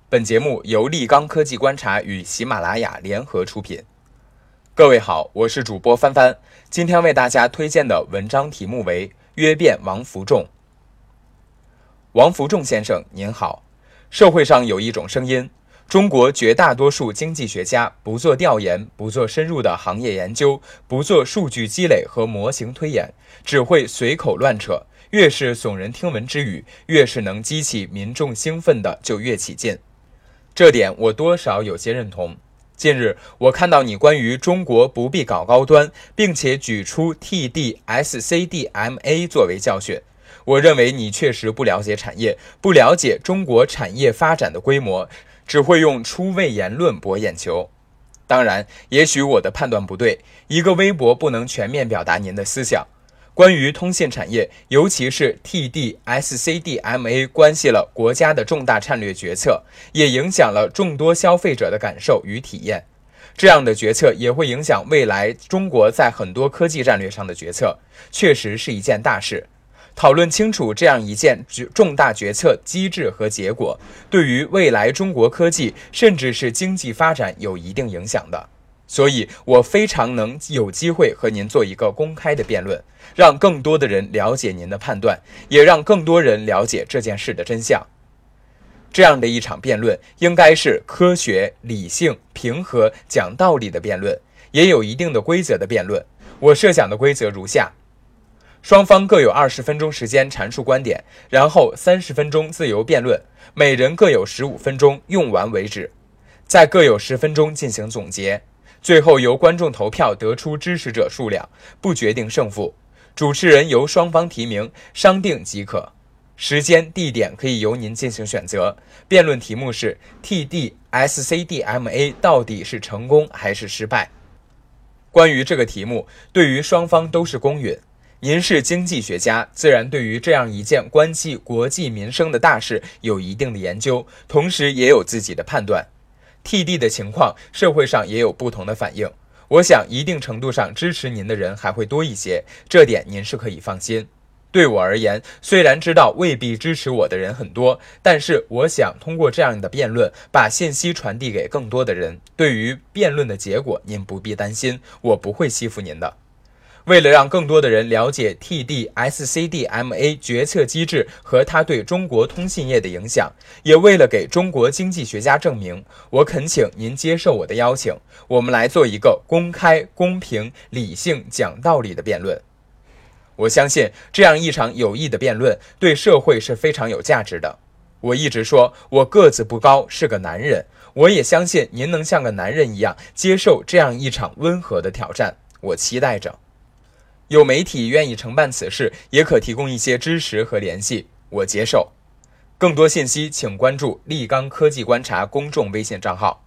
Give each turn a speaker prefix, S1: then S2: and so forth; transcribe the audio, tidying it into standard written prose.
S1: 本节目由立刚科技观察与喜马拉雅联合出品。各位好，我是主播帆帆，今天为大家推荐的文章题目为《约辩王福仲》。王福仲先生您好，社会上有一种声音，中国绝大多数经济学家不做调研，不做深入的行业研究，不做数据积累和模型推演，只会随口乱扯，越是耸人听闻之语，越是能激起民众兴奋的就越起劲。这点我多少有些认同。近日我看到你关于中国不必搞高端，并且举出 TD-SCDMA 作为教训，我认为你确实不了解产业，不了解中国产业发展的规模，只会用出位言论博眼球。当然，也许我的判断不对，一个微博不能全面表达您的思想。关于通信产业，尤其是 TD-SCDMA 关系了国家的重大战略决策，也影响了众多消费者的感受与体验。这样的决策也会影响未来中国在很多科技战略上的决策，确实是一件大事。讨论清楚这样一件重大决策机制和结果，对于未来中国科技甚至是经济发展有一定影响的。所以我非常能有机会和您做一个公开的辩论，让更多的人了解您的判断，也让更多人了解这件事的真相。这样的一场辩论应该是科学、理性、平和、讲道理的辩论，也有一定的规则的辩论。我设想的规则如下：双方各有20分钟时间阐述观点，然后30分钟自由辩论，每人各有15分钟，用完为止，再各有10分钟进行总结。最后由观众投票得出支持者数量，不决定胜负。主持人由双方提名，商定即可。时间、地点可以由您进行选择。辩论题目是 TD-SCDMA 到底是成功还是失败？关于这个题目，对于双方都是公允。您是经济学家，自然对于这样一件关系国计民生的大事有一定的研究，同时也有自己的判断。TD 的情况，社会上也有不同的反应。我想一定程度上支持您的人还会多一些，这点您是可以放心。对我而言，虽然知道未必支持我的人很多，但是我想通过这样的辩论，把信息传递给更多的人。对于辩论的结果，您不必担心，我不会欺负您的。为了让更多的人了解 TD-SCDMA 决策机制和它对中国通信业的影响，也为了给中国经济学家证明，我恳请您接受我的邀请，我们来做一个公开、公平、理性、讲道理的辩论。我相信这样一场有益的辩论对社会是非常有价值的。我一直说我个子不高，是个男人，我也相信您能像个男人一样接受这样一场温和的挑战，我期待着。有媒体愿意承办此事，也可提供一些支持和联系，我接受。更多信息请关注立刚科技观察公众微信账号。